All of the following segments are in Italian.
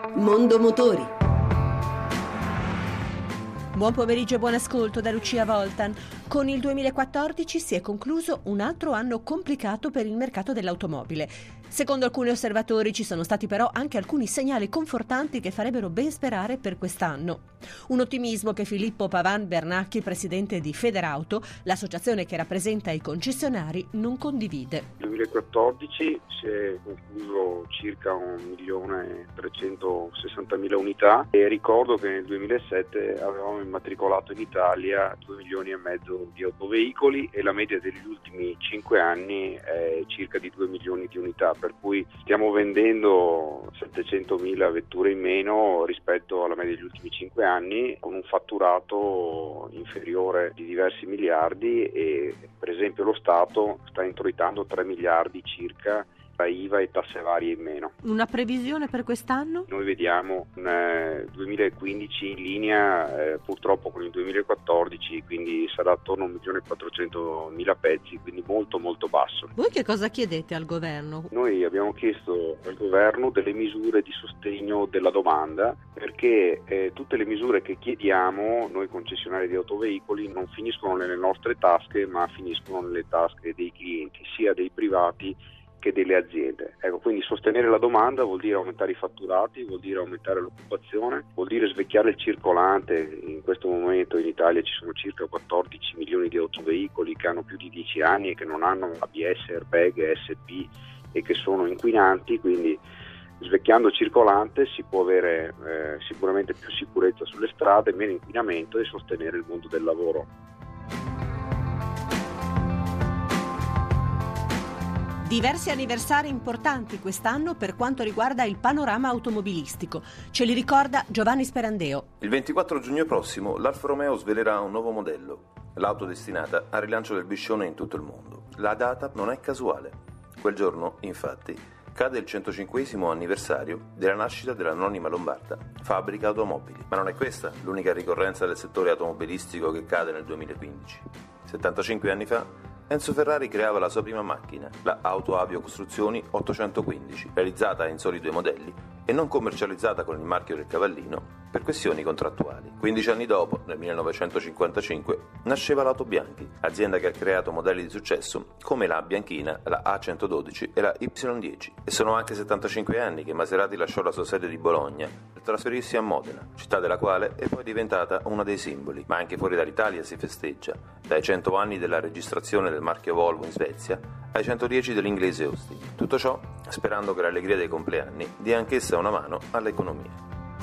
Mondo Motori. Buon pomeriggio e buon ascolto da Lucia Voltan. Con il 2014 si è concluso un altro anno complicato per il mercato dell'automobile. Secondo alcuni osservatori ci sono stati però anche alcuni segnali confortanti che farebbero ben sperare per quest'anno. Un ottimismo che Filippo Pavan Bernacchi, presidente di Federauto, l'associazione che rappresenta i concessionari, non condivide. Nel 2014 si è concluso circa 1.360.000 unità e ricordo che nel 2007 avevamo immatricolato in Italia 2,5 milioni di autoveicoli e la media degli ultimi 5 anni è circa di 2 milioni di unità, per cui stiamo vendendo 700.000 vetture in meno rispetto alla media degli ultimi 5 anni, con un fatturato inferiore di diversi miliardi e per esempio lo Stato sta introitando 3 miliardi circa tra IVA e tasse varie in meno. Una previsione per quest'anno? Noi vediamo un 2015 in linea purtroppo con il 2014, quindi sarà attorno a 1.400.000 pezzi, quindi molto molto basso. Voi che cosa chiedete al governo? Noi abbiamo chiesto al governo delle misure di sostegno della domanda, perché tutte le misure che chiediamo noi concessionari di autoveicoli non finiscono nelle nostre tasche, ma finiscono nelle tasche dei clienti, sia dei privati che delle aziende. Quindi sostenere la domanda vuol dire aumentare i fatturati, vuol dire aumentare l'occupazione, vuol dire svecchiare il circolante. In questo momento in Italia ci sono circa 14 milioni di autoveicoli che hanno più di 10 anni e che non hanno ABS, airbag, ESP e che sono inquinanti, quindi svecchiando il circolante si può avere sicuramente più sicurezza sulle strade, meno inquinamento e sostenere il mondo del lavoro. Diversi anniversari importanti quest'anno per quanto riguarda il panorama automobilistico. Ce li ricorda Giovanni Sperandeo. Il 24 giugno prossimo l'Alfa Romeo svelerà un nuovo modello, l'auto destinata al rilancio del biscione in tutto il mondo. La data non è casuale. Quel giorno, infatti, cade il 105esimo anniversario della nascita dell'anonima lombarda Fabbrica Automobili. Ma non è questa l'unica ricorrenza del settore automobilistico che cade nel 2015. 75 anni fa Enzo Ferrari creava la sua prima macchina, la Auto Avio Costruzioni 815, realizzata in soli 2 modelli e non commercializzata con il marchio del Cavallino per questioni contrattuali. 15 anni dopo, nel 1955, nasceva l'Auto Bianchi, azienda che ha creato modelli di successo come la Bianchina, la A112 e la Y10. E sono anche 75 anni che Maserati lasciò la sua sede di Bologna per trasferirsi a Modena, città della quale è poi diventata una dei simboli. Ma anche fuori dall'Italia si festeggia, dai 100 anni della registrazione del marchio Volvo in Svezia ai 110 dell'inglese Austin. Tutto ciò sperando che l'allegria dei compleanni dia anch'essa una mano all'economia.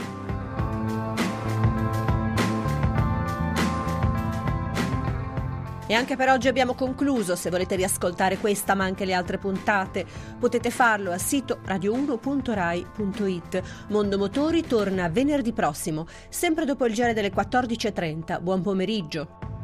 E anche per oggi abbiamo concluso. Se volete riascoltare questa ma anche le altre puntate potete farlo al sito radio1.rai.it. Mondo Motori torna venerdì prossimo, sempre dopo il GR delle 14.30. Buon pomeriggio.